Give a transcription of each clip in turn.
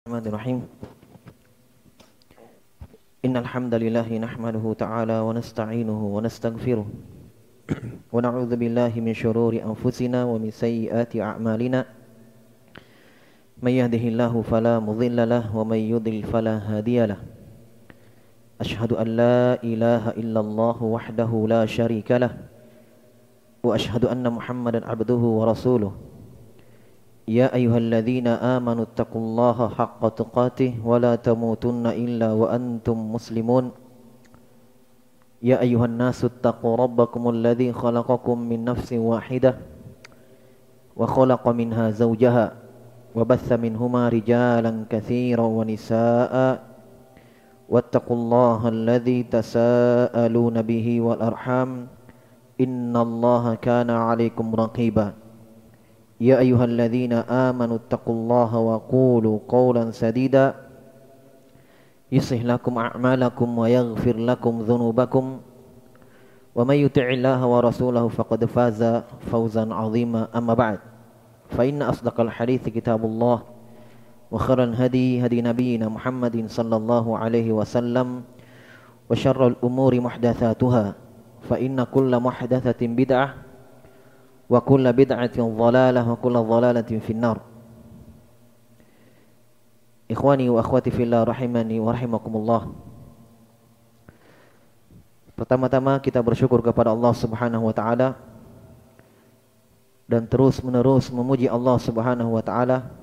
Bismillahirrahmanirrahim. Innal hamdalillah nahmaduhu ta'ala wa nasta'inuhu wa nastaghfiruh wa na'udzu billahi min shururi anfusina wa min sayyiati a'malina. May yahdihillahu fala mudilla lahu wa may yudlil fala hadiyalah. Ashhadu an la ilaha illallah wahdahu la syarika lah wa ashhadu anna Muhammadan 'abduhu wa rasuluh. Ya ayyuhalladzina amanu taqullaha haqqa tuqatih wa la tamutunna illa wa antum muslimun. Ya ayyuhan nasu taqu rabbakumul ladzi khalaqakum min nafsin wahidah wa khalaqa minha zawjaha wa batha minhuma rijalan katsiran wa nisaa'a wattaqullaha alladzi tasaaluna bihi wal arham innallaha kana 'alaikum raqiba. Ya ayyuhalladzina amanu taqullaha wa qulu qawlan sadida yuslih lakum a'malakum wa yaghfir lakum dhunubakum wa may yuti'illaha wa rasulahu faqad faza fawzan 'azima. Amma ba'd, fa inna asdaqal hadithi kitabullah wa khairal hadi nabiyyina Muhammadin sallallahu alaihi wasallam wa syarrul umuri muhdatsatuha fa inna kulla muhdatsatin bid'ah wa kulla bid'atin dhalalah wa kulla dhalalatin finnar. Ikhwani wa akhwati fillah rahimani wa rahimakumullah. Pertama-tama kita bersyukur kepada Allah Subhanahu wa taala dan terus-menerus memuji Allah Subhanahu wa taala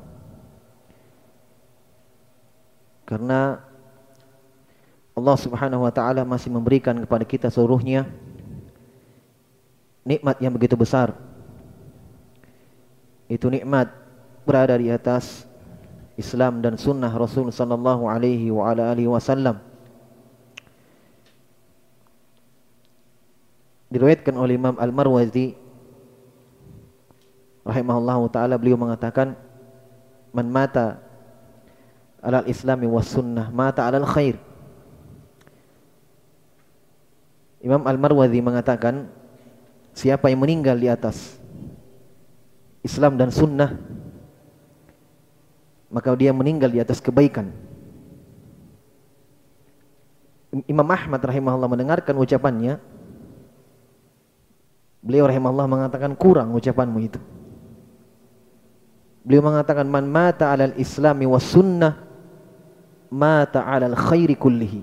karena Allah Subhanahu wa taala masih memberikan kepada kita seluruhnya nikmat yang begitu besar. Itu nikmat berada di atas Islam dan sunnah Rasul sallallahu alaihi wa ala alihi wasallam. Diriwayatkan oleh Imam Al-Marwazi rahimahullahu taala, beliau mengatakan, man mata alal islami was sunnah mata alal khair. Imam Al-Marwazi mengatakan, siapa yang meninggal di atas Islam dan sunnah, maka dia meninggal di atas kebaikan. Imam Ahmad rahimahullah mendengarkan ucapannya, beliau rahimahullah mengatakan, kurang ucapanmu itu. Beliau mengatakan, man mata alal islami was sunnah mata alal khairi kullihi.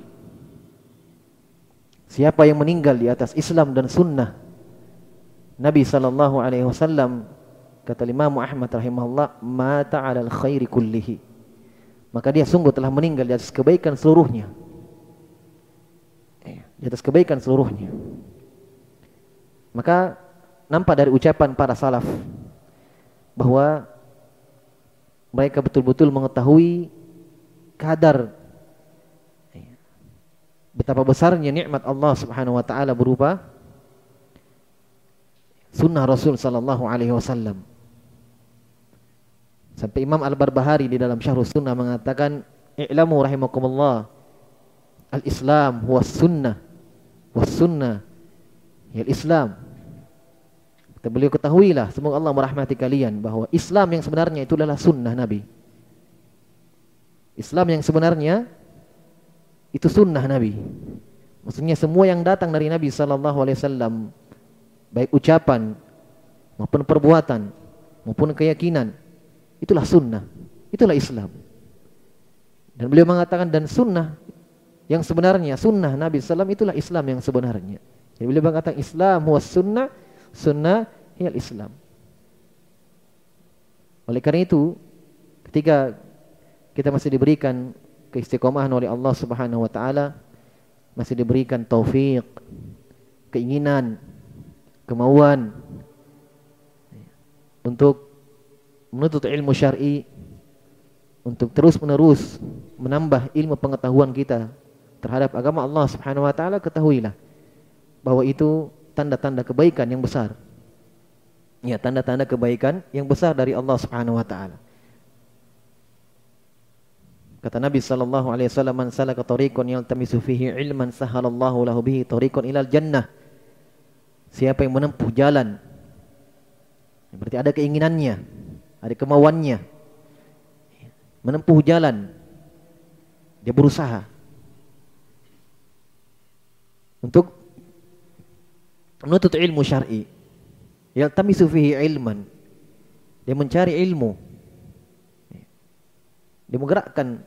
Siapa yang meninggal di atas Islam dan sunnah Nabi sallallahu alaihi wasallam, kata Imam Ahmad rahimahullah, mata 'alal khairi kullihi, maka dia sungguh telah meninggal di atas kebaikan seluruhnya. Di atas kebaikan seluruhnya. Maka nampak dari ucapan para salaf bahwa mereka betul-betul mengetahui kadar betapa besarnya nikmat Allah Subhanahu wa taala berupa sunnah Rasul sallallahu alaihi wasallam. Sampai Imam Al-Barbahari di dalam Syarh Sunnah mengatakan, i'lamu rahimakumullah, al-Islam huwa sunnah was sunnah ya al-Islam. Kata beliau, ketahuilah, semoga Allah merahmati kalian, bahwa Islam yang sebenarnya itu adalah sunnah Nabi. Islam yang sebenarnya itu sunnah Nabi. Maksudnya semua yang datang dari Nabi sallallahu alaihi wasallam, baik ucapan maupun perbuatan maupun keyakinan, itulah sunnah, itulah Islam. Dan beliau mengatakan, dan sunnah yang sebenarnya, sunnah Nabi SAW, itulah Islam yang sebenarnya. Jadi beliau mengatakan, Islam huwa sunnah, sunnah hiya Islam. Oleh karena itu, ketika kita masih diberikan keistiqomahan oleh Allah Subhanahu wa taala, masih diberikan taufik, keinginan, kemauan untuk menuntut ilmu syar'i, untuk terus-menerus menambah ilmu pengetahuan kita terhadap agama Allah Subhanahu wa taala, ketahuilah bahwa itu tanda-tanda kebaikan yang besar. Ya, tanda-tanda kebaikan yang besar dari Allah Subhanahu wa taala. Kata Nabi sallallahu alaihi wasallam, man salaka tariqan yaltamisu fihi ilman sahalallahu lahu bihi tariqan ilal jannah. Siapa yang menempuh jalan, berarti ada keinginannya, ada kemauannya, menempuh jalan, dia berusaha untuk menuntut ilmu syar'i. Yaltamisu fihi ilman. Dia mencari ilmu. Dia menggerakkan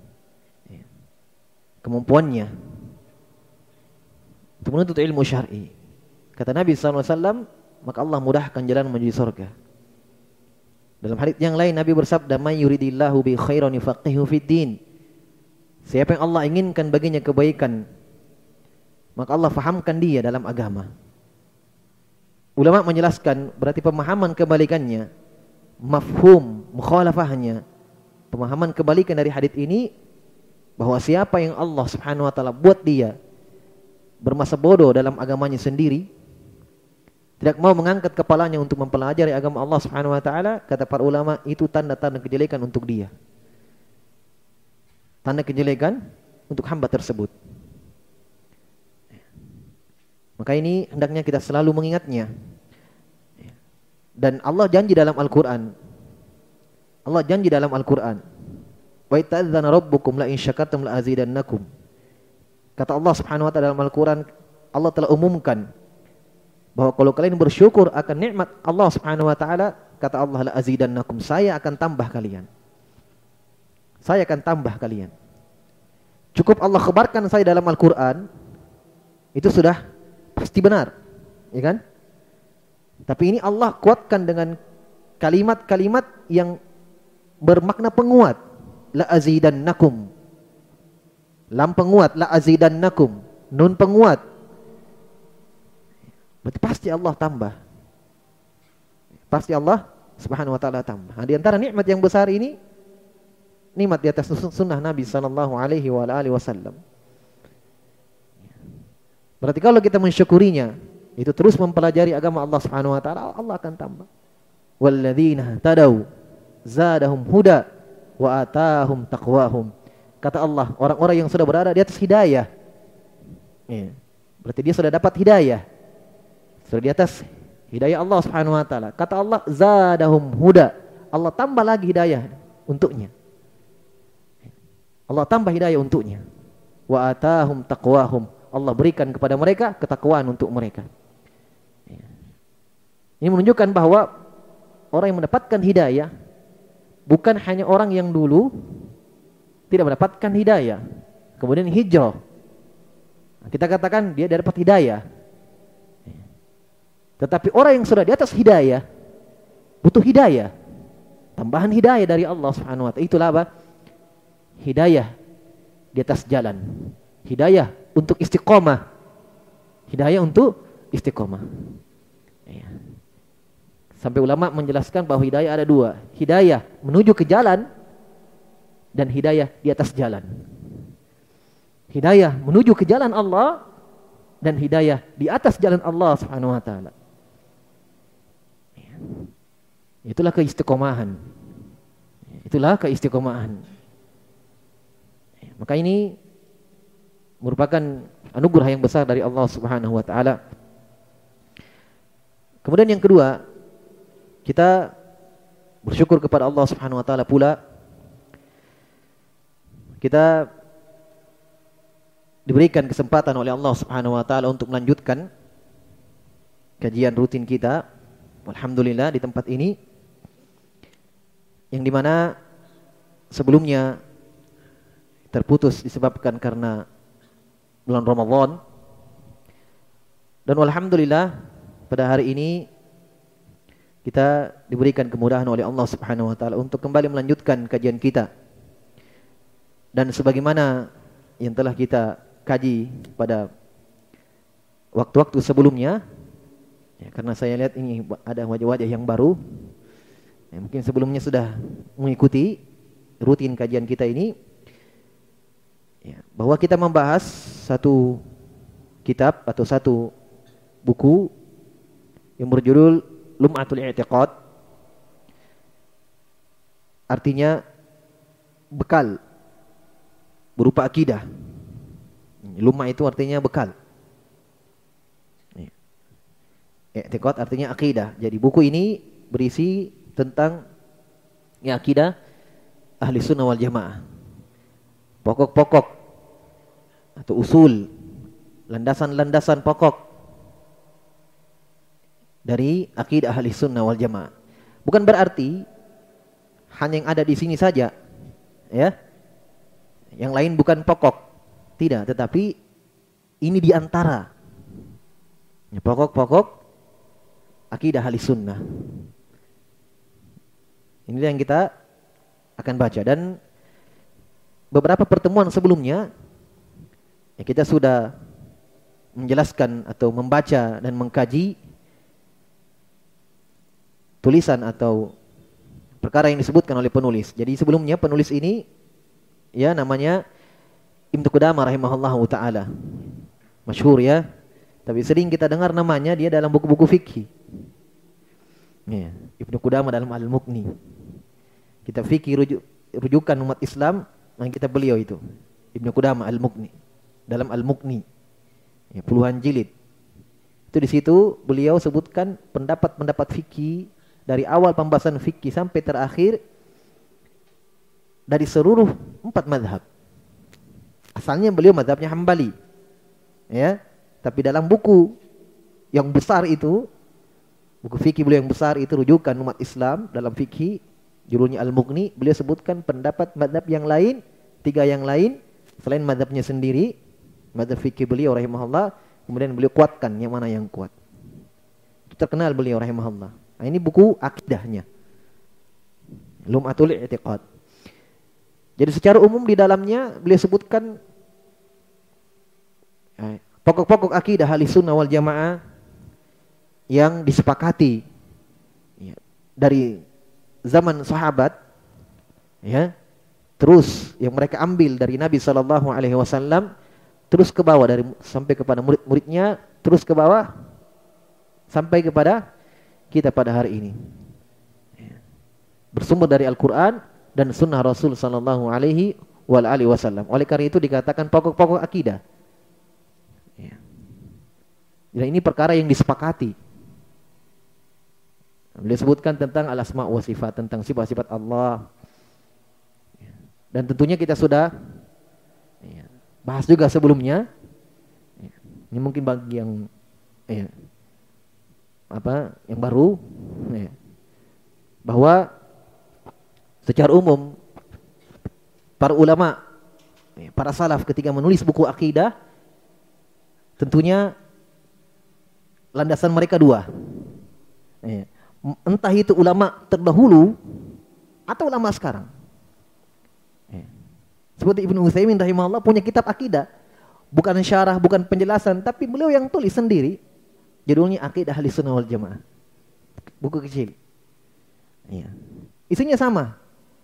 kemampuannya untuk menuntut ilmu syar'i. Kata Nabi SAW, maka Allah mudahkan jalan menuju surga. Dalam hadits yang lain Nabi bersabda, "May yuridillahu bi khairan yufaqihu fid din." Siapa yang Allah inginkan baginya kebaikan, maka Allah fahamkan dia dalam agama. Ulama menjelaskan berarti pemahaman kebalikannya, mafhum mukhalafahnya, pemahaman kebalikan dari hadits ini bahwa siapa yang Allah Subhanahu wa taala buat dia bermasa bodoh dalam agamanya sendiri, tidak mau mengangkat kepalanya untuk mempelajari agama Allah Subhanahu wa taala, kata para ulama, itu tanda-tanda kejelekan untuk dia. Tanda kejelekan untuk hamba tersebut. Maka ini hendaknya kita selalu mengingatnya. Dan Allah janji dalam Al-Qur'an. Allah janji dalam Al-Qur'an, "Wa ta'adzana rabbukum la in syakartum la azidannakum." Kata Allah Subhanahu wa taala dalam Al-Qur'an, Allah telah umumkan bahwa kalau kalian bersyukur akan nikmat Allah Subhanahu wa taala, kata Allah, la azidannakum, saya akan tambah kalian. Saya akan tambah kalian. Cukup Allah khabarkan saya dalam Al-Qur'an, itu sudah pasti benar, ya kan? Tapi ini Allah kuatkan dengan kalimat-kalimat yang bermakna penguat. La azidannakum. Lam penguat, la azidannakum. Nun penguat. Berarti pasti Allah tambah. Pasti Allah Subhanahu wa taala tambah. Nah, di antara nikmat yang besar ini, nikmat di atas sunnah Nabi sallallahu alaihi wasallam. Berarti kalau kita mensyukurinya, itu terus mempelajari agama Allah Subhanahu wa taala, Allah akan tambah. Walladzina tadau zadahum huda wa atahum taqwahum. Kata Allah, orang-orang yang sudah berada di atas hidayah. Ya. Berarti dia sudah dapat hidayah. Sudah di atas hidayah Allah Subhanahu wa taala. Kata Allah, zadahum huda. Allah tambah lagi hidayah untuknya. Allah tambah hidayah untuknya. Wa atahum taqwahum. Allah berikan kepada mereka ketakwaan untuk mereka. Ini menunjukkan bahwa orang yang mendapatkan hidayah bukan hanya orang yang dulu tidak mendapatkan hidayah, kemudian hijrah. Kita katakan dia dapat hidayah. Tetapi orang yang sudah di atas hidayah butuh hidayah, tambahan hidayah dari Allah Subhanahu wa taala. Itulah apa? Hidayah di atas jalan. Hidayah untuk istiqomah. Hidayah untuk istiqomah. Sampai ulama menjelaskan bahwa hidayah ada dua. Hidayah menuju ke jalan dan hidayah di atas jalan. Hidayah menuju ke jalan Allah dan hidayah di atas jalan Allah Subhanahu wa taala. Itulah keistiqomahan. Itulah keistiqomahan. Maka ini merupakan anugerah yang besar dari Allah Subhanahu wa taala. Kemudian yang kedua, kita bersyukur kepada Allah Subhanahu wa taala pula. Kita diberikan kesempatan oleh Allah Subhanahu wa taala untuk melanjutkan kajian rutin kita. Alhamdulillah di tempat ini, yang dimana sebelumnya terputus disebabkan karena bulan Ramadan. Dan alhamdulillah pada hari ini kita diberikan kemudahan oleh Allah Subhanahu wa taala untuk kembali melanjutkan kajian kita. Dan sebagaimana yang telah kita kaji pada waktu-waktu sebelumnya, ya, karena saya lihat ini ada wajah-wajah yang baru, ya, mungkin sebelumnya sudah mengikuti rutin kajian kita ini, ya, bahwa kita membahas satu kitab atau satu buku yang berjudul Lum'atul I'tiqad, artinya bekal berupa akidah. Lum'ah itu artinya bekal. I'tiqad artinya akidah. Jadi buku ini berisi tentang ya, akidah ahli sunnah wal jamaah. Pokok-pokok atau usul, landasan-landasan pokok dari akidah ahli sunnah wal jamaah. Bukan berarti hanya yang ada di sini saja, ya. Yang lain bukan pokok, tidak. Tetapi ini di antara pokok-pokok akidah ahli sunnah. Inilah yang kita akan baca. Dan beberapa pertemuan sebelumnya ya, kita sudah menjelaskan atau membaca dan mengkaji tulisan atau perkara yang disebutkan oleh penulis. Jadi sebelumnya penulis ini ya namanya Ibnu Qudamah rahimahullahu taala. Masyhur ya. Tapi sering kita dengar namanya dia dalam buku-buku fikih. Ya, Ibnu Qudamah dalam Al-Mughni. Kita fikih rujukan umat Islam yang kita beliau itu. Ibnu Qudamah Al-Mughni. Dalam Al-Mughni. Ya, puluhan jilid. Itu di situ beliau sebutkan pendapat-pendapat fikih dari awal pembahasan fikih sampai terakhir dari seluruh 4 mazhab. Asalnya beliau mazhabnya Hambali. Ya, tapi dalam buku yang besar itu, buku fikih beliau yang besar itu rujukan umat Islam dalam fikih, judulnya Al-Mughni, beliau sebutkan pendapat mazhab yang lain, 3 yang lain selain mazhabnya sendiri, mazhab fikih beliau rahimahullah, kemudian beliau kuatkan yang mana yang kuat. Itu terkenal beliau rahimahullah. Nah, ini buku akidahnya. Lum'atul I'tiqad. Jadi secara umum di dalamnya beliau sebutkan pokok-pokok akidah ahli sunnah wal jamaah yang disepakati ya, dari zaman sahabat ya, terus yang mereka ambil dari Nabi SAW, terus ke bawah sampai kepada murid-muridnya, terus ke bawah sampai kepada kita pada hari ini. Bersumber dari Al-Quran dan sunnah Rasul sallallahu alaihi wasallam. Oleh karena itu dikatakan pokok-pokok akidah. Ya. Dan ini perkara yang disepakati. Beliau sebutkan tentang al-asma wa sifat, tentang sifat-sifat Allah. Dan tentunya kita sudah bahas juga sebelumnya. Ini mungkin bagi yang yang baru, bahwa secara umum para ulama, para salaf ketika menulis buku akidah, tentunya landasan mereka 2. Entah itu ulama terdahulu atau ulama sekarang. Seperti Ibnu Utsaimin rahimahullah punya kitab akidah, bukan syarah, bukan penjelasan, tapi beliau yang tulis sendiri. Judulnya Aqidah Ahli Sunnah wal Jamaah. Buku kecil. Ya. Isinya sama.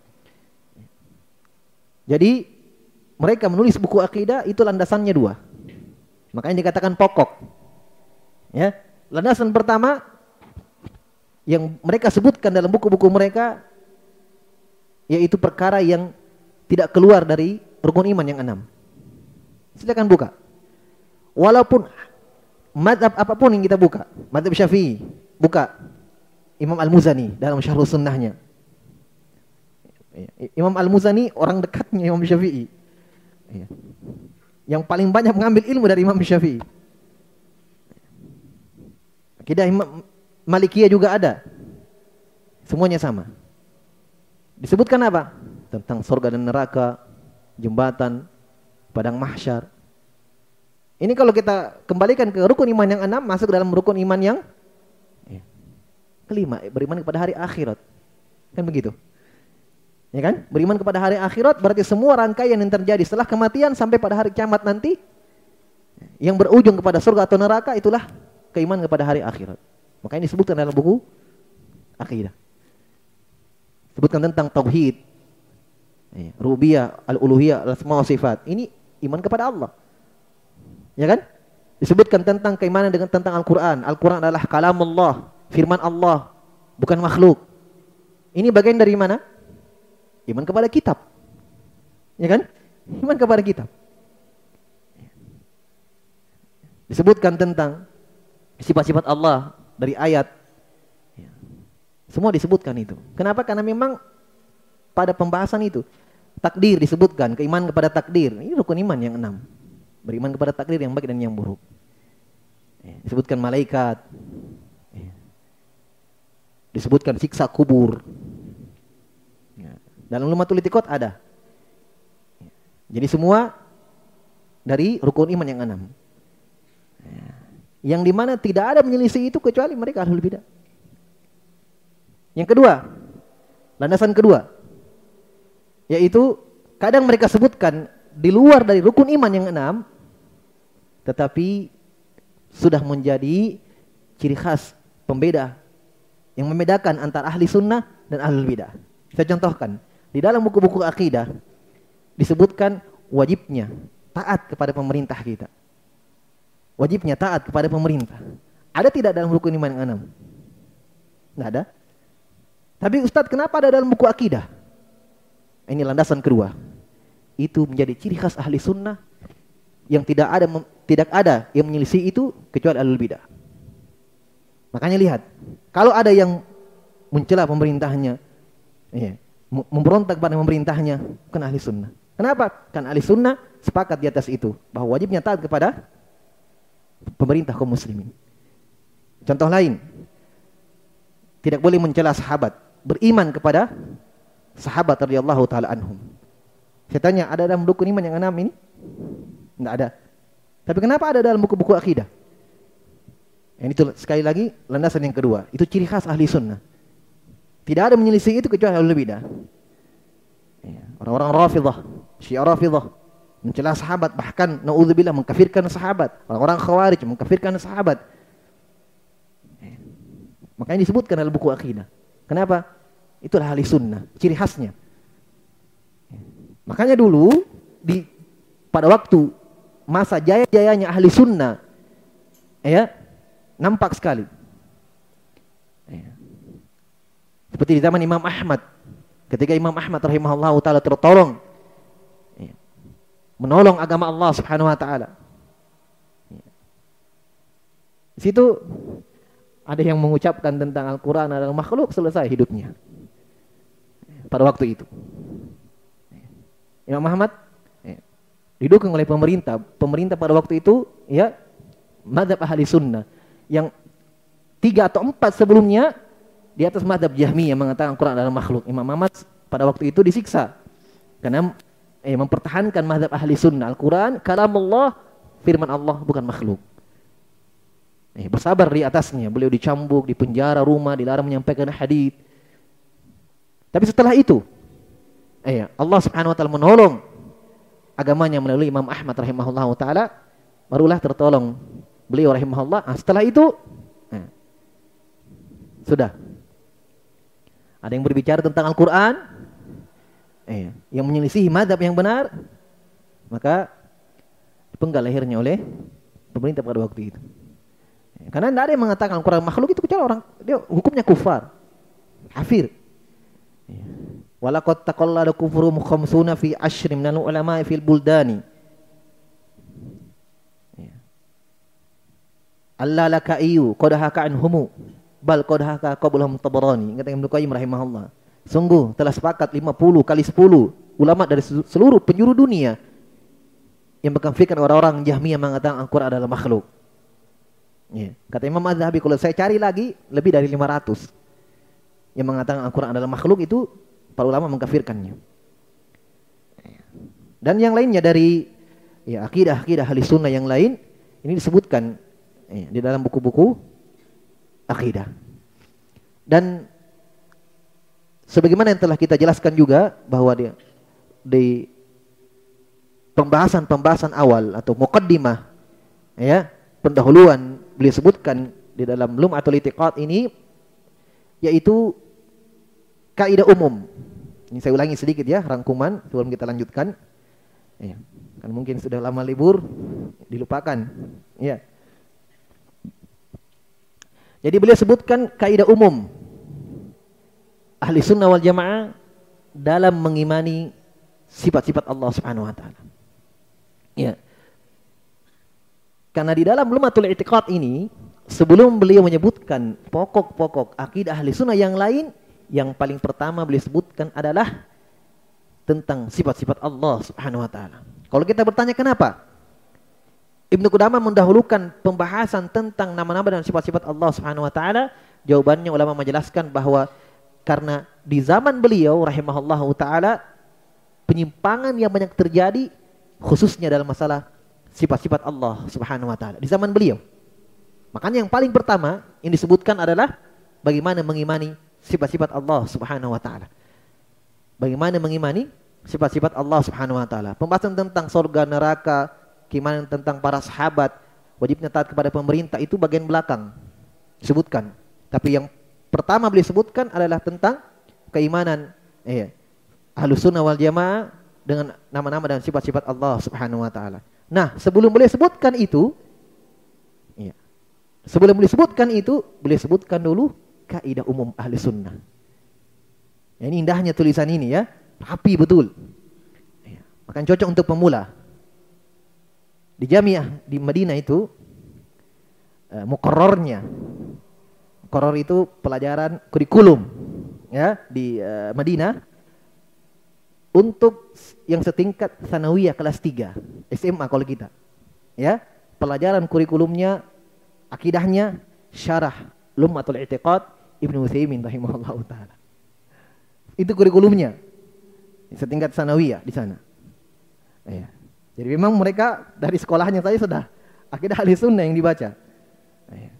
Jadi mereka menulis buku akidah itu landasannya 2. Makanya dikatakan pokok. Ya. Landasan pertama yang mereka sebutkan dalam buku-buku mereka yaitu perkara yang tidak keluar dari rukun iman yang 6. Silakan buka. Walaupun mazhab apapun yang kita buka, mazhab Syafi'i, buka Imam Al-Muzani dalam Syarh Sunnahnya. Imam Al-Muzani orang dekatnya Imam Syafi'i. Yang paling banyak mengambil ilmu dari Imam Syafi'i. Akidah Imam Malikiyah juga ada. Semuanya sama. Disebutkan apa? Tentang surga dan neraka, jembatan, padang mahsyar. Ini kalau kita kembalikan ke rukun iman yang 6, masuk dalam rukun iman yang kelima, beriman kepada hari akhirat. Kan begitu? Ya kan? Beriman kepada hari akhirat berarti semua rangkaian yang terjadi setelah kematian sampai pada hari kiamat nanti yang berujung kepada surga atau neraka, itulah keimanan kepada hari akhirat. Makanya disebutkan dalam buku akidah. Sebutkan tentang tauhid, rububiyah, al-uluhiyah, al-asma wa sifat. Ini iman kepada Allah. Ya kan? Disebutkan tentang keimanan dengan tentang Al-Quran. Al-Quran adalah kalamullah, firman Allah, bukan makhluk. Ini bagian dari mana? Iman kepada kitab. Ya kan? Iman kepada kitab. Disebutkan tentang sifat-sifat Allah dari ayat. Semua disebutkan itu. Kenapa? Karena memang pada pembahasan itu. Takdir disebutkan, keimanan kepada takdir. Ini rukun iman yang 6. Beriman kepada takdir yang baik dan yang buruk. Disebutkan malaikat. Disebutkan siksa kubur. Dalam Lumatul I'tiqad ada. Jadi semua dari rukun iman yang 6. Yang dimana tidak ada menyelisih itu kecuali mereka ahlul bidah. Yang kedua, landasan kedua, yaitu kadang mereka sebutkan di luar dari rukun iman yang 6, tetapi sudah menjadi ciri khas pembeda yang membedakan antara ahli sunnah dan ahlul bidah. Saya contohkan, di dalam buku-buku akidah disebutkan wajibnya taat kepada pemerintah kita. Wajibnya taat kepada pemerintah. Ada tidak dalam rukun iman yang 6? Tidak ada. Tapi Ustadz, kenapa ada dalam buku akidah? Ini landasan kedua. Itu menjadi ciri khas ahli sunnah yang tidak ada yang menyelisih itu kecuali ahlul bidah. Makanya lihat, kalau ada yang mencela pemerintahnya, memberontak pada pemerintahnya, bukan ahli sunnah. Kenapa? Kan ahli sunnah sepakat di atas itu, bahwa wajibnya taat kepada pemerintah kaum muslimin. Contoh lain, tidak boleh mencela sahabat, beriman kepada sahabat radhiyallahu taala anhum. Saya tanya, ada dalam buku iman yang 6 ini? Tidak ada. Tapi kenapa ada dalam buku-buku akidah? Ini itu sekali lagi landasan yang kedua. Itu ciri khas ahli sunnah. Tidak ada menyelisih itu kecuali ahlul bidah. Orang-orang Rafidhah, Syiah Rafidhah mencela sahabat, bahkan naudzubillah mengkafirkan sahabat. Orang-orang Khawarij mengkafirkan sahabat. Makanya disebutkan dalam buku akidah. Kenapa? Itulah ahli sunnah, ciri khasnya. Makanya dulu pada waktu masa jaya-jayanya ahli sunnah, nampak sekali. Seperti di zaman Imam Ahmad. Ketika Imam Ahmad rahimahullah ta'ala tertolong menolong agama Allah subhanahu wa ta'ala. Di situ ada yang mengucapkan tentang Al-Quran adalah makhluk, selesai hidupnya. Pada waktu itu. Imam Ahmad didukung oleh pemerintah. Pemerintah pada waktu itu, mazhab ahli sunnah. Yang 3 atau 4 sebelumnya di atas mazhab Jahmiyah yang mengatakan Al-Quran adalah makhluk. Imam Ahmad pada waktu itu disiksa. Karena mempertahankan mazhab ahli sunnah. Al-Quran, kalamullah, firman Allah, bukan makhluk. Bersabar di atasnya. Beliau dicambuk, dipenjara rumah, dilarang menyampaikan hadis. Tapi setelah itu, Allah subhanahu wa ta'ala menolong agamanya melalui Imam Ahmad rahimahullah ta'ala, barulah tertolong beliau rahimahullah. Setelah itu, sudah. Ada yang berbicara tentang Al-Quran, yang menyelisihi mazhab yang benar, maka dipenggal lehernya oleh pemerintah pada waktu itu. Karena tidak ada yang mengatakan Al-Quran makhluk itu kecuali orang, dia hukumnya kufar, kafir. Walaqad taqallada kufruhum khamsuna fi ashrin minal ulama'i fil buldani. Allah laka'iyu qadahaka anhumu bal qadahaka qablahum Tabarani. Kata Ibnu Qayyim rahimahullah. Sungguh telah sepakat 50 kali 10 ulama dari seluruh penjuru dunia yang mengkafirkan orang-orang Jahmiyah mengatakan Al-Quran adalah makhluk. Kata Imam Az-Zahabi, kalau saya cari lagi lebih dari 500 yang mengatakan Al-Quran adalah makhluk, itu para ulama mengkafirkannya. Dan yang lainnya dari akidah-akidah ahli sunnah yang lain, ini disebutkan di dalam buku-buku akidah. Dan sebagaimana yang telah kita jelaskan juga bahwa di pembahasan awal atau muqaddimah, pendahuluan, beliau sebutkan di dalam Lum'atul I'tiqad ini, yaitu kaidah umum. Ini saya ulangi sedikit rangkuman sebelum kita lanjutkan. Kan mungkin sudah lama libur, dilupakan. Jadi beliau sebutkan kaidah umum ahli sunnah wal jamaah dalam mengimani sifat-sifat Allah subhanahu wa ta'ala. Karena di dalam Lum'atul I'tiqad ini, sebelum beliau menyebutkan pokok-pokok akidah ahli sunnah yang lain, yang paling pertama beliau sebutkan adalah tentang sifat-sifat Allah Subhanahu wa taala. Kalau kita bertanya kenapa? Ibnu Qudamah mendahulukan pembahasan tentang nama-nama dan sifat-sifat Allah Subhanahu wa taala. Jawabannya ulama menjelaskan bahwa karena di zaman beliau rahimahullahu taala penyimpangan yang banyak terjadi khususnya dalam masalah sifat-sifat Allah Subhanahu wa taala di zaman beliau. Makanya yang paling pertama yang disebutkan adalah bagaimana mengimani sifat-sifat Allah Subhanahu wa taala. Bagaimana mengimani sifat-sifat Allah Subhanahu wa taala. Pembahasan tentang surga, neraka, keimanan tentang para sahabat, wajibnya taat kepada pemerintah itu bagian belakang disebutkan. Tapi yang pertama beliau sebutkan adalah tentang keimanan Ahlus Sunnah wal Jamaah dengan nama-nama dan sifat-sifat Allah Subhanahu wa taala. Nah, sebelum beliau sebutkan itu, beliau sebutkan dulu kaidah umum Ahli Sunnah. Ya, ini indahnya tulisan ini ya, rapi betul. Ya, makanya cocok untuk pemula. Di Jamiah di Madinah itu muqarrarnya. Muqarrar itu pelajaran kurikulum ya di Madinah untuk yang setingkat Tsanawiyah kelas 3, SMA kalau kita. Ya, pelajaran kurikulumnya akidahnya syarah Lum'atul I'tiqad Ibnu Utsaimin rahimahullahu taala. Itu kurikulumnya. Setingkat Tsanawiyah di sana. Ya. Jadi memang mereka dari sekolahnya saja sudah akidah Ahli Sunnah yang dibaca. Ya.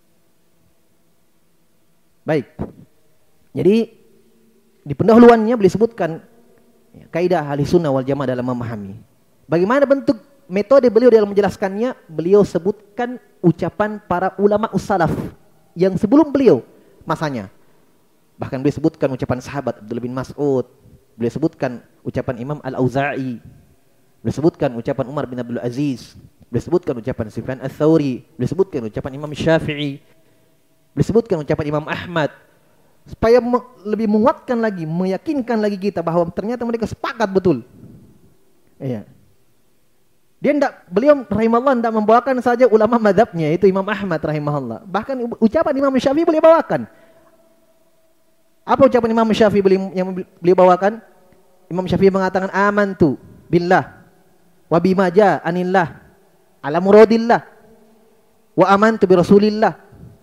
Baik. Jadi di pendahuluannya beliau sebutkan kaidah Ahli Sunnah wal Jamaah dalam memahami. Bagaimana bentuk metode beliau dalam menjelaskannya? Beliau sebutkan ucapan para ulama ussalaf yang sebelum beliau masanya. Bahkan beliau sebutkan ucapan sahabat Abdullah bin Mas'ud. Beliau sebutkan ucapan Imam Al-Auza'i. Beliau sebutkan ucapan Umar bin Abdul Aziz. Beliau sebutkan ucapan Sufyan Ats-Tsauri. Beliau sebutkan ucapan Imam Syafi'i. Beliau sebutkan ucapan Imam Ahmad. Supaya lebih menguatkan lagi, meyakinkan lagi kita bahwa ternyata mereka sepakat betul. Iya. Beliau rahimahullah tidak membawakan saja ulama mazhabnya, itu Imam Ahmad rahimahullah. Bahkan ucapan Imam Syafi'i beliau bawakan. Apa ucapan Imam Syafi'i yang beliau bawakan? Imam Syafi'i mengatakan amantu billah wa bima jaa anillah ala muradillah wa amantu bi Rasulillah.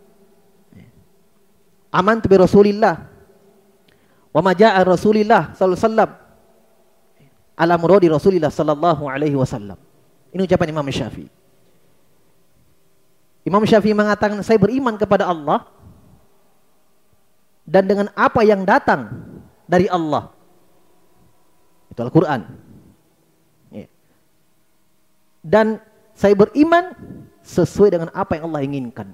Amantu bi Rasulillah wa ma jaa Rasulillah sallallahu alaihi wasallam ala muradi Rasulillah sallallahu alaihi wasallam. Ini ucapan Imam Syafi'i. Imam Syafi'i mengatakan saya beriman kepada Allah dan dengan apa yang datang dari Allah. Itu Al-Quran. Dan saya beriman sesuai dengan apa yang Allah inginkan.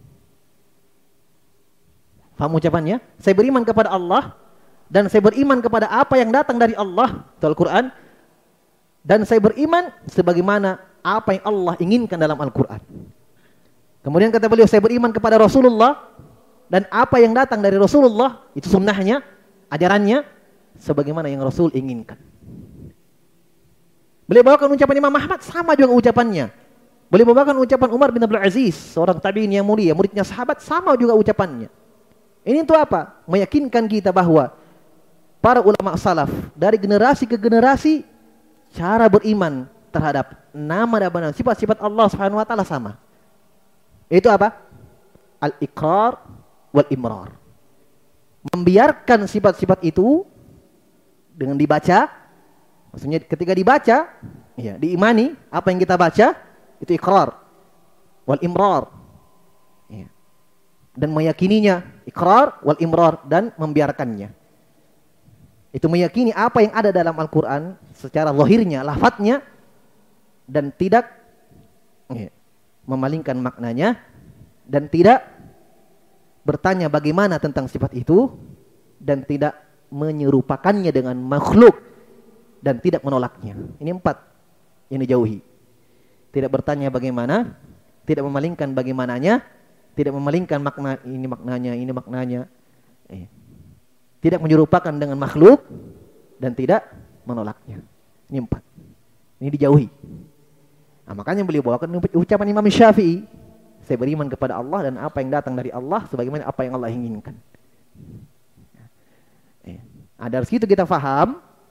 Faham ucapannya? Saya beriman kepada Allah dan saya beriman kepada apa yang datang dari Allah. Itu Al-Quran. Dan saya beriman sebagaimana apa yang Allah inginkan dalam Al-Quran. Kemudian kata beliau, saya beriman kepada Rasulullah dan apa yang datang dari Rasulullah, itu sunnahnya, ajarannya, sebagaimana yang Rasul inginkan. Beliau bawakan ucapan Imam Ahmad, sama juga ucapannya. Beliau bawakan ucapan Umar bin Abdul Aziz, seorang tabi'in yang mulia, muridnya sahabat, sama juga ucapannya. Ini untuk apa? Meyakinkan kita bahwa para ulama salaf, dari generasi ke generasi, cara beriman terhadap nama dan sifat-sifat Allah Subhanahu wa taala sama. Itu apa? Al-iqrar wal imrar. Membiarkan sifat-sifat itu dengan dibaca. Maksudnya ketika dibaca, ya, diimani apa yang kita baca, itu iqrar wal imrar. Ya. Dan meyakininya, iqrar wal imrar, dan membiarkannya. Itu meyakini apa yang ada dalam Al-Quran secara zahirnya, lafadznya, dan tidak memalingkan maknanya, dan tidak bertanya bagaimana tentang sifat itu, dan tidak menyerupakannya dengan makhluk, dan tidak menolaknya. Ini 4 yang dijauhi. Tidak bertanya bagaimana, tidak memalingkan bagaimananya, tidak memalingkan makna, ini maknanya, ini maknanya. Tidak menyerupakan dengan makhluk dan tidak menolaknya. Ini 4. Ini dijauhi. Nah, makanya beliau bawakan ucapan Imam Syafi'i, saya beriman kepada Allah dan apa yang datang dari Allah sebagaimana apa yang Allah inginkan. Nah, dari situ kita faham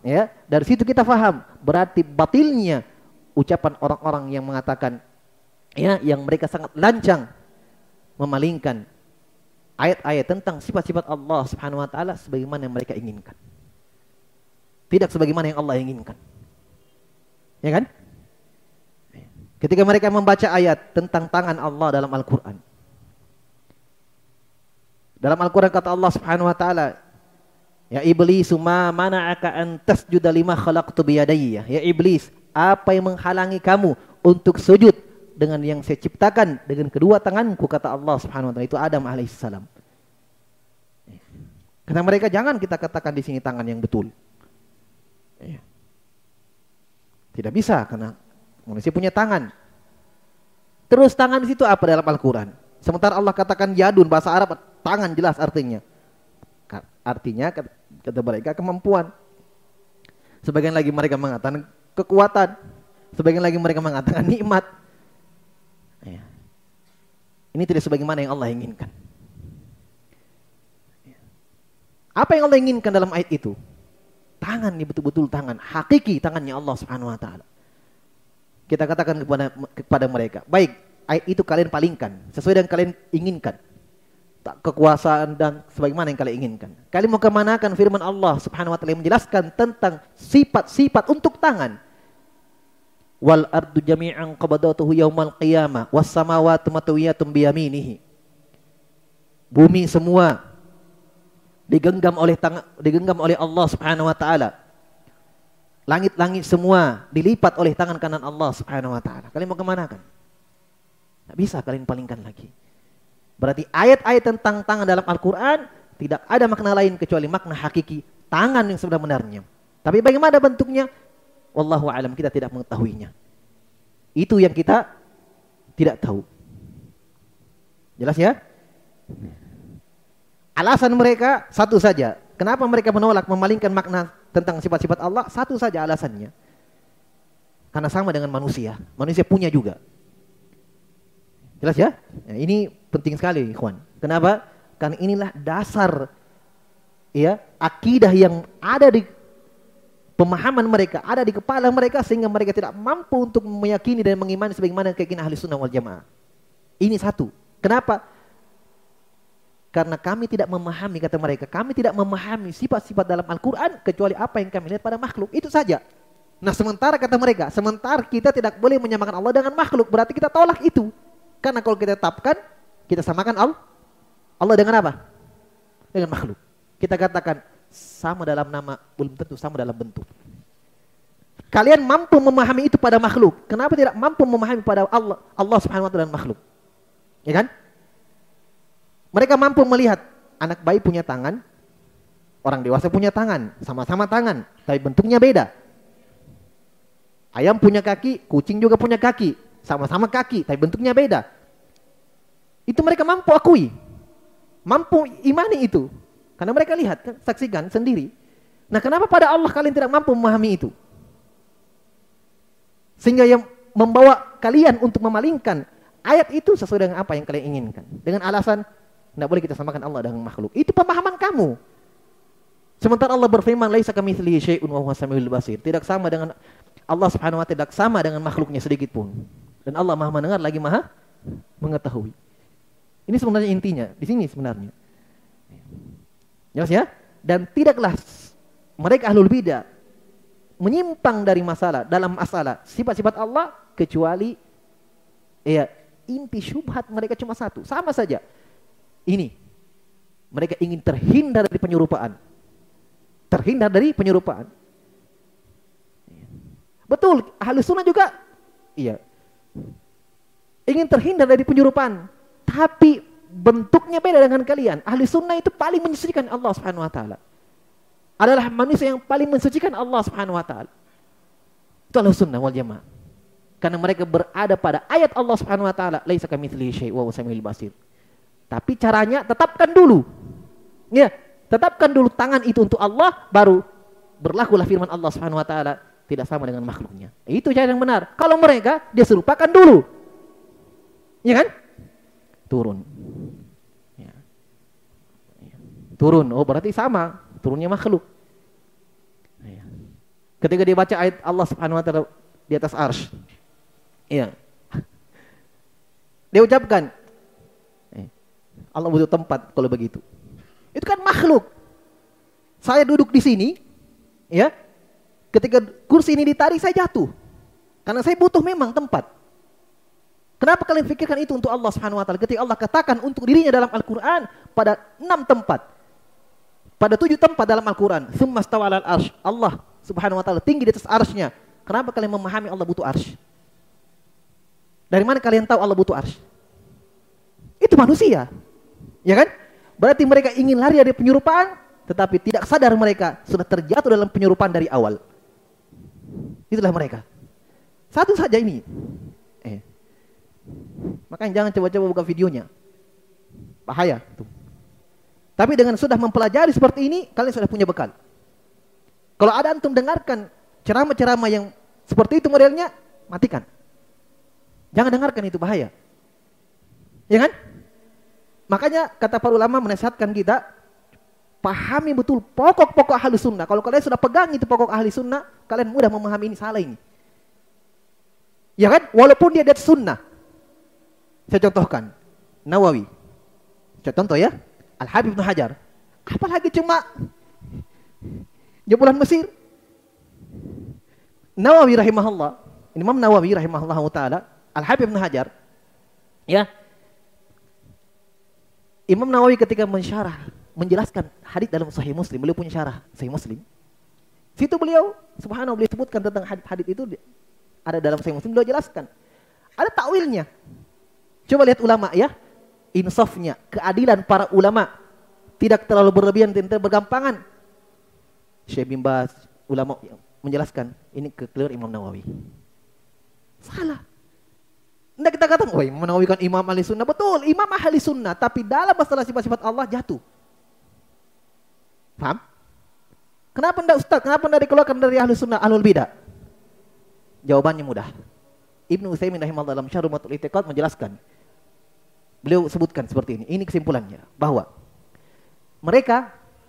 Ya, dari situ kita faham berarti batilnya ucapan orang-orang yang mengatakan ya, yang mereka sangat lancang memalingkan ayat-ayat tentang sifat-sifat Allah Subhanahu wa taala sebagaimana yang mereka inginkan. Tidak sebagaimana yang Allah inginkan. Ya kan? Ketika mereka membaca ayat tentang tangan Allah dalam Al-Qur'an. Dalam Al-Qur'an kata Allah Subhanahu wa taala, ya iblis, ma mana'aka an tasjuda lima khalaqtu biyadayya. Ya iblis, apa yang menghalangi kamu untuk sujud dengan yang saya ciptakan dengan kedua tanganku, kata Allah Subhanahu wa taala. Itu Adam alaihissalam. Kata mereka, jangan kita katakan di sini tangan yang betul. Tidak bisa karena manusia punya tangan. Terus tangan di situ apa dalam Al-Qur'an? Sementara Allah katakan yadun, bahasa Arab tangan jelas artinya. Artinya kata mereka kemampuan. Sebagian lagi mereka mengatakan kekuatan. Sebagian lagi mereka mengatakan nikmat. Ini tidak sebagaimana yang Allah inginkan. Apa yang Allah inginkan dalam ayat itu? Tangan ini betul-betul tangan, hakiki tangannya Allah Subhanahu wa taala. Kita katakan kepada mereka, baik, ayat itu kalian palingkan sesuai dengan kalian inginkan. Kekuasaan dan sebagaimana yang kalian inginkan. Kalian mau kemanakan firman Allah Subhanahu wa taala yang menjelaskan tentang sifat-sifat untuk tangan. Wal ardu jami'an qabadatuhu yaumal qiyamah was samawati matwiyatun biyaminihi. Bumi semua digenggam oleh Allah Subhanahu wa taala. Langit-langit semua dilipat oleh tangan kanan Allah Subhanahu wa taala. Kalian mau kemana kan? Tidak bisa kalian palingkan lagi. Berarti ayat-ayat tentang tangan dalam Al-Quran tidak ada makna lain kecuali makna hakiki tangan yang sebenarnya. Tapi bagaimana bentuknya? Wallahu a'lam, kita tidak mengetahuinya. Itu yang kita tidak tahu. Jelas ya? Alasan mereka satu saja. Kenapa mereka menolak memalingkan makna tentang sifat-sifat Allah? Satu saja alasannya. Karena sama dengan manusia. Manusia punya juga. Jelas ya? Nah, ini penting sekali, ikhwan. Kenapa? Karena inilah dasar ya, akidah yang ada di pemahaman mereka, ada di kepala mereka sehingga mereka tidak mampu untuk meyakini dan mengimani sebagaimana keyakinan ahli sunnah wal jamaah. Ini satu. Kenapa? Karena kami tidak memahami, kata mereka, kami tidak memahami sifat-sifat dalam Al-Quran kecuali apa yang kami lihat pada makhluk. Itu saja. Nah sementara kata mereka, sementara kita tidak boleh menyamakan Allah dengan makhluk, berarti kita tolak itu. Karena kalau kita tetapkan, kita samakan Allah dengan apa? Dengan makhluk. Kita katakan sama dalam nama, belum tentu sama dalam bentuk. Kalian mampu memahami itu pada makhluk, kenapa tidak mampu memahami pada Allah Subhanahu wa taala dan makhluk? Ya kan? Mereka mampu melihat anak bayi punya tangan, orang dewasa punya tangan, sama-sama tangan, tapi bentuknya beda. Ayam punya kaki, kucing juga punya kaki, sama-sama kaki, tapi bentuknya beda. Itu mereka mampu akui, mampu imani itu, karena mereka lihat, saksikan sendiri. Nah, kenapa pada Allah kalian tidak mampu memahami itu? Sehingga yang membawa kalian untuk memalingkan ayat itu sesuai dengan apa yang kalian inginkan, dengan alasan tidak boleh kita samakan Allah dengan makhluk. Itu pemahaman kamu. Sementara Allah berfirman, laisa kamitslihi syai'un wa huwas samiul basir. Tidak sama dengan Allah Subhanahu wa taala, tidak sama dengan makhluknya sedikit pun. Dan Allah Maha mendengar lagi Maha mengetahui. Ini sebenarnya intinya di sini sebenarnya. Jelas ya? Dan tidaklah mereka ahlul bidah menyimpang dari dalam masalah sifat-sifat Allah kecuali ya inti syubhat mereka cuma satu, sama saja. Ini mereka ingin terhindar dari penyerupaan. Terhindar dari penyerupaan. Betul, ahli sunnah juga iya. Ingin terhindar dari penyerupaan, tapi bentuknya beda dengan kalian. Ahli sunnah itu paling mensucikan Allah Subhanahu wa taala. Adalah manusia yang paling mensucikan Allah Subhanahu wa taala. Itu ahli sunnah wal jamaah. Karena mereka berada pada ayat Allah Subhanahu wa taala, laisa kamitslihi syai'un wa huwas samiul basir. Tapi caranya tetapkan dulu. Ya, tetapkan dulu tangan itu untuk Allah, baru berlakulah firman Allah Subhanahu wa taala tidak sama dengan makhluknya. Itu cara yang benar. Kalau mereka dia serupakan dulu. Ya kan? Turun. Ya. Turun. Oh, berarti sama, turunnya makhluk. Ya. Ketika dia baca ayat Allah Subhanahu wa taala di atas arsy. Iya. Dia ucapkan, Allah butuh tempat kalau begitu. Itu kan makhluk. Saya duduk di sini, ya. Ketika kursi ini ditarik saya jatuh. Karena saya butuh memang tempat. Kenapa kalian pikirkan itu untuk Allah Subhanahu wa taala? Ketika Allah katakan untuk dirinya dalam Al-Qur'an pada 6 tempat. Pada 7 tempat dalam Al-Qur'an, "Tsumma stawa 'alal arsy." Allah Subhanahu wa taala tinggi di atas arsy-Nya. Kenapa kalian memahami Allah butuh arsy? Dari mana kalian tahu Allah butuh arsy? Itu manusia. Ya kan? Berarti mereka ingin lari dari penyerupaan, tetapi tidak sadar mereka sudah terjatuh dalam penyerupaan dari awal. Itulah mereka. Satu saja ini. Makanya jangan coba-coba buka videonya. Bahaya. Tuh. Tapi dengan sudah mempelajari seperti ini, kalian sudah punya bekal. Kalau ada antum dengarkan ceramah-ceramah yang seperti itu modelnya, matikan. Jangan dengarkan, itu bahaya. Ya kan? Makanya kata para ulama menasihatkan kita, pahami betul pokok-pokok ahli sunnah. Kalau kalian sudah pegang itu pokok ahli sunnah, kalian mudah memahami ini salah ini. Ya kan? Walaupun dia dari sunnah. Saya contohkan. Nawawi. Saya contoh ya. Al-Habib Ibn Hajar. Apalagi cuma jebolan Mesir. Nawawi rahimahullah. Imam Nawawi rahimahullah ta'ala. Al-Habib Ibn Hajar. Ya. Imam Nawawi ketika menjelaskan hadits dalam Sahih Muslim. Beliau punya syarah Sahih Muslim. Situ beliau, subhanallah, beliau sebutkan tentang hadits itu. Ada dalam Sahih Muslim, beliau jelaskan. Ada takwilnya. Coba lihat ulama ya. Insafnya, keadilan para ulama. Tidak terlalu berlebihan, tidak bergampangan. Syekh bin Baz, ulama menjelaskan. Ini kekeliruan Imam Nawawi. Salah. Tidak kita katakan, wah Imam Nawawi kan imam ahli sunnah. Betul, imam ahli sunnah. Tapi dalam masalah sifat-sifat Allah jatuh. Paham? Kenapa tidak Ustaz? Kenapa tidak dikeluarkan dari ahli sunnah, ahlul bidah? Jawabannya mudah. Ibnu Utsaimin rahimahullah dalam Syarh Mu'tatul I'tiqad menjelaskan. Beliau sebutkan seperti ini. Ini kesimpulannya. Bahwa mereka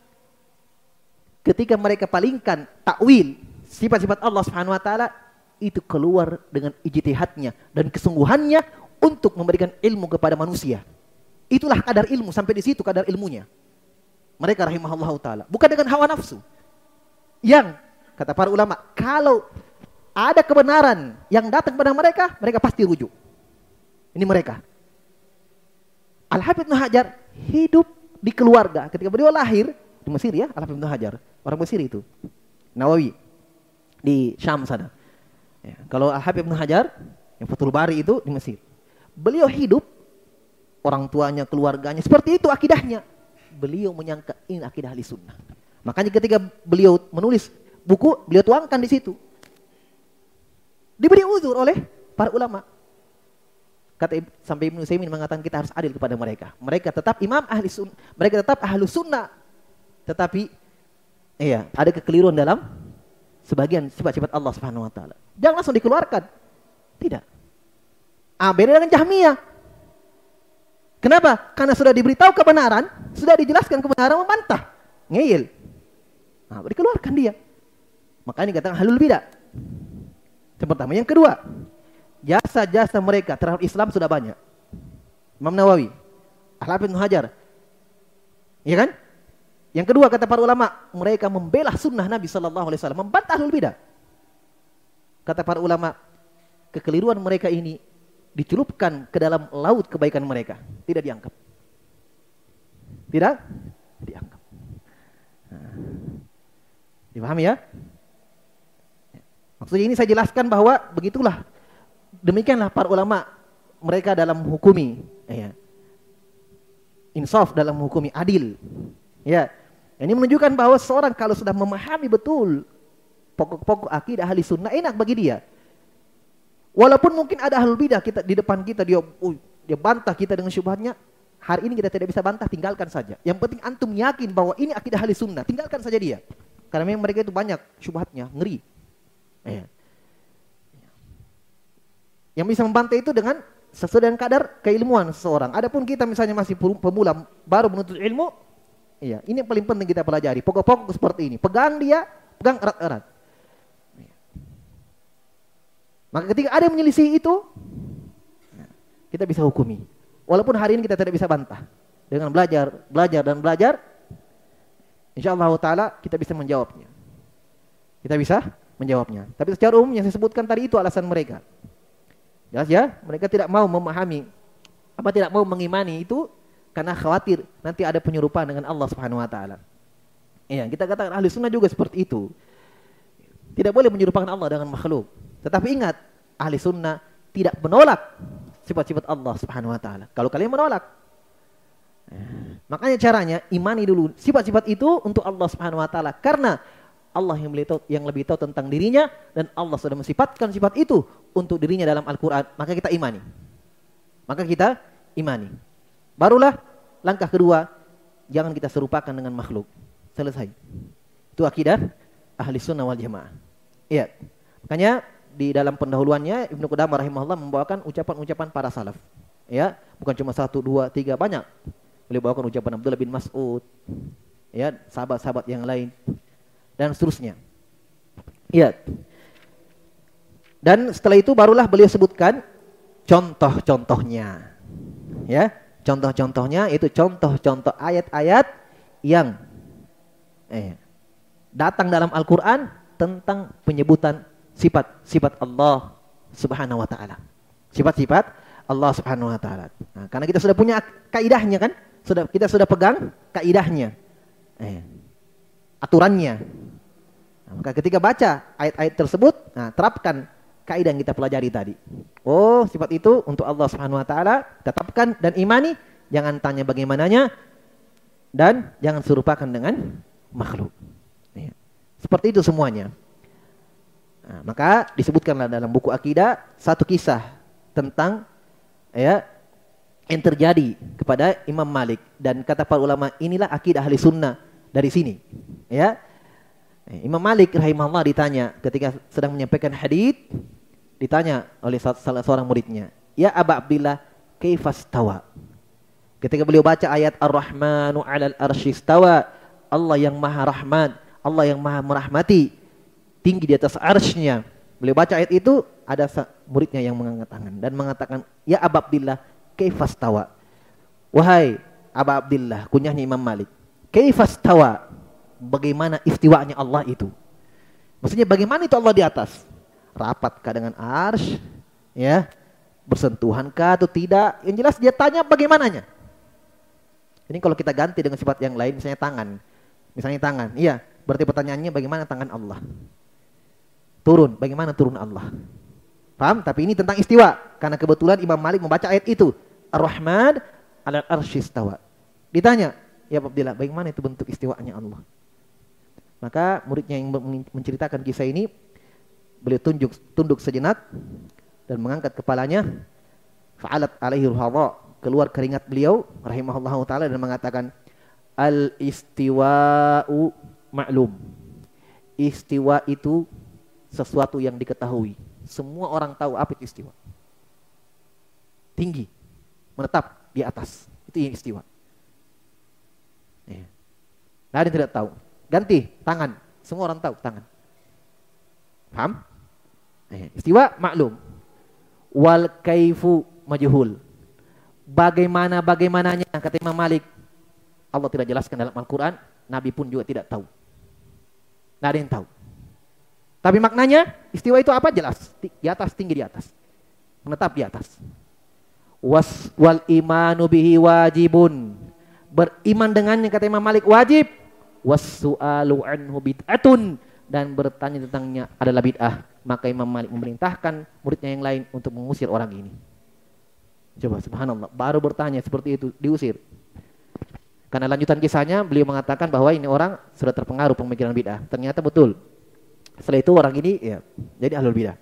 ketika mereka palingkan takwil sifat-sifat Allah Subhanahu wa taala, itu keluar dengan ijtihadnya dan kesungguhannya untuk memberikan ilmu kepada manusia. Itulah kadar ilmu, sampai di situ kadar ilmunya. Mereka rahimahullah taala. Bukan dengan hawa nafsu. Yang kata para ulama, kalau ada kebenaran yang datang kepada mereka, mereka pasti rujuk. Ini mereka. Al-Habib Ibn Hajar hidup di keluarga. Ketika beliau lahir di Mesir ya, Al-Habib Ibn Hajar. Orang Mesir itu. Nawawi. Di Syam sana. Ya, kalau Al-Habib Ibn Hajar, yang Fathul Bari itu di Mesir. Beliau hidup, orang tuanya, keluarganya, seperti itu akidahnya. Beliau menyangka ini akidah ahli sunnah. Makanya ketika beliau menulis buku, beliau tuangkan di situ. Diberi uzur oleh para ulama. Kata sampai Ibnu Utsaimin mengatakan kita harus adil kepada mereka. Mereka tetap imam ahli sunnah, mereka tetap ahlu sunnah. Tetapi iya, ada kekeliruan dalam sebagian sifat-sifat Allah Subhanahu wa taala. Jangan langsung dikeluarkan. Tidak. Beda dengan Jahmiyah. Kenapa? Karena sudah diberitahu kebenaran, sudah dijelaskan kebenaran, membantah. Ngeyel. Dikeluarkan dia. Makanya dikatakan ahlul bidah. Yang pertama. Yang kedua, jasa-jasa mereka terhadap Islam sudah banyak. Imam Nawawi, Al-Habib Ibn Hajar. Ya kan? Yang kedua kata para ulama, mereka membela sunnah Nabi SAW, membantah ahlul bidah. Kata para ulama, kekeliruan mereka ini dicelupkan ke dalam laut kebaikan mereka. Tidak dianggap. Tidak dianggap. Dipahami ya? Maksudnya ini saya jelaskan bahwa begitulah. Demikianlah para ulama mereka dalam hukumi. Ya. Insaf dalam hukumi, adil. Ya. Ini menunjukkan bahwa seorang kalau sudah memahami betul pokok-pokok akidah ahli sunnah, enak bagi dia. Walaupun mungkin ada ahlul bidah kita di depan kita, dia bantah kita dengan syubhatnya. Hari ini kita tidak bisa bantah, tinggalkan saja. Yang penting antum yakin bahwa ini akidah ahli sunnah, tinggalkan saja dia. Karena memang mereka itu banyak syubhatnya, ngeri. Ya. Yang bisa membantah itu dengan sesuai dengan kadar keilmuan seseorang. Adapun kita misalnya masih pemula, baru menuntut ilmu, iya, ini yang paling penting kita pelajari. Pokok-pokok seperti ini, pegang dia, pegang erat-erat. Maka ketika ada yang menyelisih itu, kita bisa hukumi. Walaupun hari ini kita tidak bisa bantah. Dengan belajar, insyaallah ta'ala kita bisa menjawabnya. Tapi secara umum yang saya sebutkan tadi itu alasan mereka. Jelas ya? Mereka tidak mau memahami, tidak mau mengimani itu karena khawatir nanti ada penyerupaan dengan Allah Subhanahu wa taala. Iya, kita katakan ahli sunnah juga seperti itu. Tidak boleh menyerupakan Allah dengan makhluk. Tetapi ingat, ahli sunnah tidak menolak sifat-sifat Allah Subhanahu wa taala. Kalau kalian menolak, makanya caranya imani dulu sifat-sifat itu untuk Allah Subhanahu wa taala, karena Allah yang lebih tahu tentang dirinya, dan Allah sudah mensifatkan sifat itu untuk dirinya dalam Al-Qur'an, maka kita imani. Barulah langkah kedua, jangan kita serupakan dengan makhluk. Selesai. Itu akidah ahli sunnah wal jamaah. Iya. Makanya di dalam pendahuluannya Ibnu Qudamah rahimahullah membawakan ucapan-ucapan para salaf. Ya, bukan cuma 1, 2, 3, banyak. Beliau bawakan ucapan Abdullah bin Mas'ud, ya, sahabat-sahabat yang lain dan seterusnya. Iya. Dan setelah itu barulah beliau sebutkan contoh-contohnya. Ya, contoh-contohnya itu contoh-contoh ayat-ayat yang datang dalam Al-Qur'an tentang penyebutan sifat-sifat Allah Subhanahu wa taala. Sifat-sifat Allah Subhanahu wa taala. Nah, karena kita sudah punya kaidahnya kan? Kita sudah pegang kaidahnya. Aturannya. Nah, maka ketika baca ayat-ayat tersebut, terapkan kaidah yang kita pelajari tadi. Oh, sifat itu untuk Allah Subhanahu wa taala, tetapkan dan imani, jangan tanya bagaimananya dan jangan serupakan dengan makhluk. Seperti itu semuanya. Nah, maka disebutkanlah dalam buku akidah satu kisah tentang yang terjadi kepada Imam Malik, dan kata para ulama inilah akidah ahli sunnah dari sini. Ya, Imam Malik rahimahullah ditanya ketika sedang menyampaikan hadits, ditanya oleh salah seorang muridnya, ya Aba Abdillah, kaifastawa? Ketika beliau baca ayat Ar-Rahmanu 'alal arsyistawa, Allah yang Maha Rahman, Allah yang Maha merahmati, tinggi di atas arsy-Nya. Beliau baca ayat itu, ada muridnya yang mengangkat tangan dan mengatakan, ya Aba Abdillah, kaifastawa? Wahai Aba Abdillah, kunyahnya Imam Malik, kaifastawa? Bagaimana istiwanya Allah itu? Maksudnya bagaimana itu Allah di atas? Rapatkah dengan arsy? Ya, bersentuhankah atau tidak? Yang jelas dia tanya bagaimananya. Ini kalau kita ganti dengan sifat yang lain, misalnya tangan. Iya, berarti pertanyaannya bagaimana tangan Allah? Turun, bagaimana turun Allah? Paham? Tapi ini tentang istiwa, karena kebetulan Imam Malik membaca ayat itu, Ar-Rahman 'alal arsyistawa. Ditanya, ya Abdillah, bagaimana itu bentuk istiwanya Allah? Maka muridnya yang menceritakan kisah ini, beliau tunduk sejenak dan mengangkat kepalanya, fa'alat alaihi ruhadha, keluar keringat beliau rahimahullahu taala, dan mengatakan, al-istiwa'u ma'lum. Istiwa itu sesuatu yang diketahui. Semua orang tahu apa itu istiwa. Tinggi, menetap di atas. Itu yang istiwa. Nah, ada yang tidak tahu. Ganti, tangan. Semua orang tahu, tangan. Paham? Istiwa maklum. Wal kaifu majhul. Bagaimananya, kata Imam Malik, Allah tidak jelaskan dalam Al-Quran, Nabi pun juga tidak tahu. Tidak ada yang tahu. Tapi maknanya, istiwa itu apa? Jelas. Di atas, tinggi di atas. Menetap di atas. Wal imanu bihi wajibun. Beriman dengannya, kata Imam Malik, wajib. Wassu'alu anhu bid'atun. Dan bertanya tentangnya adalah bid'ah. Maka Imam Malik memerintahkan muridnya yang lain untuk mengusir orang ini. Coba, subhanallah. Baru bertanya seperti itu, diusir. Karena lanjutan kisahnya, beliau mengatakan bahwa ini orang sudah terpengaruh pemikiran bid'ah. Ternyata betul. Setelah itu orang ini jadi ahlul bid'ah.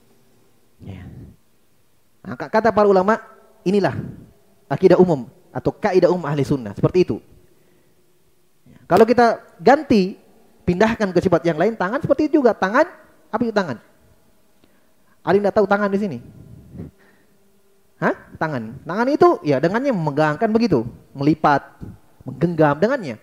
Nah, kata para ulama, inilah akidah umum atau kaidah umum ahli sunnah. Seperti itu. Kalau kita ganti, pindahkan ke sifat yang lain, tangan seperti itu juga. Tangan, apa itu tangan? Ada yang tidak tahu tangan di sini? Tangan. Tangan itu ya dengannya memegangkan begitu, melipat, menggenggam dengannya.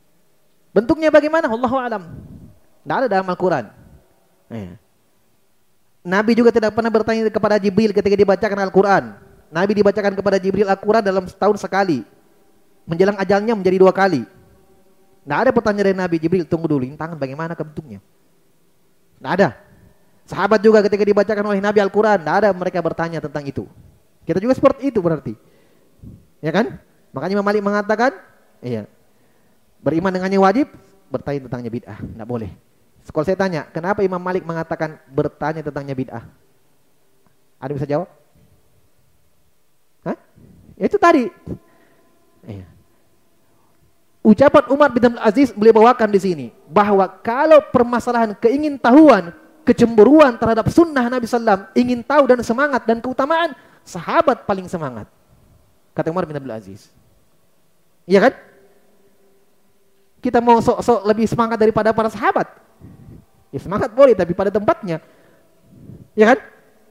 Bentuknya bagaimana? Wallahu a'lam. Tidak ada dalam Al-Quran. Nabi juga tidak pernah bertanya kepada Jibril ketika dibacakan Al-Quran. Nabi dibacakan kepada Jibril Al-Quran dalam setahun sekali. Menjelang ajalnya menjadi 2 kali. Nggak ada pertanyaan dari Nabi, Jibril tunggu dulu, ini tangan bagaimana bentuknya? Nggak ada. Sahabat juga ketika dibacakan oleh Nabi Al-Quran, nggak ada mereka bertanya tentang itu. Kita juga seperti itu berarti. Ya kan? Makanya Imam Malik mengatakan, iya, beriman dengannya wajib, bertanya tentangnya bid'ah. Nggak boleh. Kalau saya tanya, kenapa Imam Malik mengatakan bertanya tentangnya bid'ah? Ada bisa jawab? Hah? Ya itu tadi. Iya. Ucapan Umar bin Abdul Aziz beliau bawakan di sini bahwa kalau permasalahan keingintahuan, kecemburuan terhadap sunnah Nabi SAW, ingin tahu dan semangat dan keutamaan, sahabat paling semangat. Kata Umar bin Abdul Aziz. Iya kan? Kita mau sok-sok lebih semangat daripada para sahabat. Ya semangat boleh, tapi pada tempatnya. Iya kan?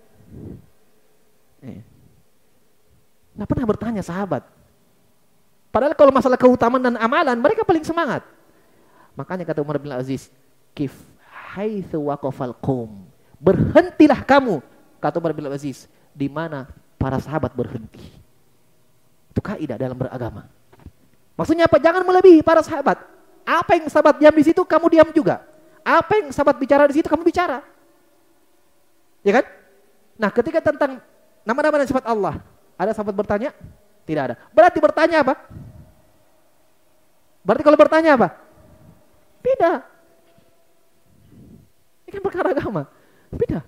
Nggak pernah bertanya sahabat. Padahal kalau masalah keutamaan dan amalan, mereka paling semangat. Makanya kata Umar bin Aziz, kif haitsu waqafal qaum. Berhentilah kamu, kata Umar bin Aziz, di mana para sahabat berhenti. Itu kaidah dalam beragama. Maksudnya apa? Jangan melebihi para sahabat. Apa yang sahabat diam di situ, kamu diam juga. Apa yang sahabat bicara di situ, kamu bicara. Ya kan? Nah, ketika tentang nama-nama dan sifat Allah, ada sahabat bertanya? Tidak ada. Berarti bertanya apa? Berarti kalau bertanya apa? Beda. Ini kan perkara agama. Beda.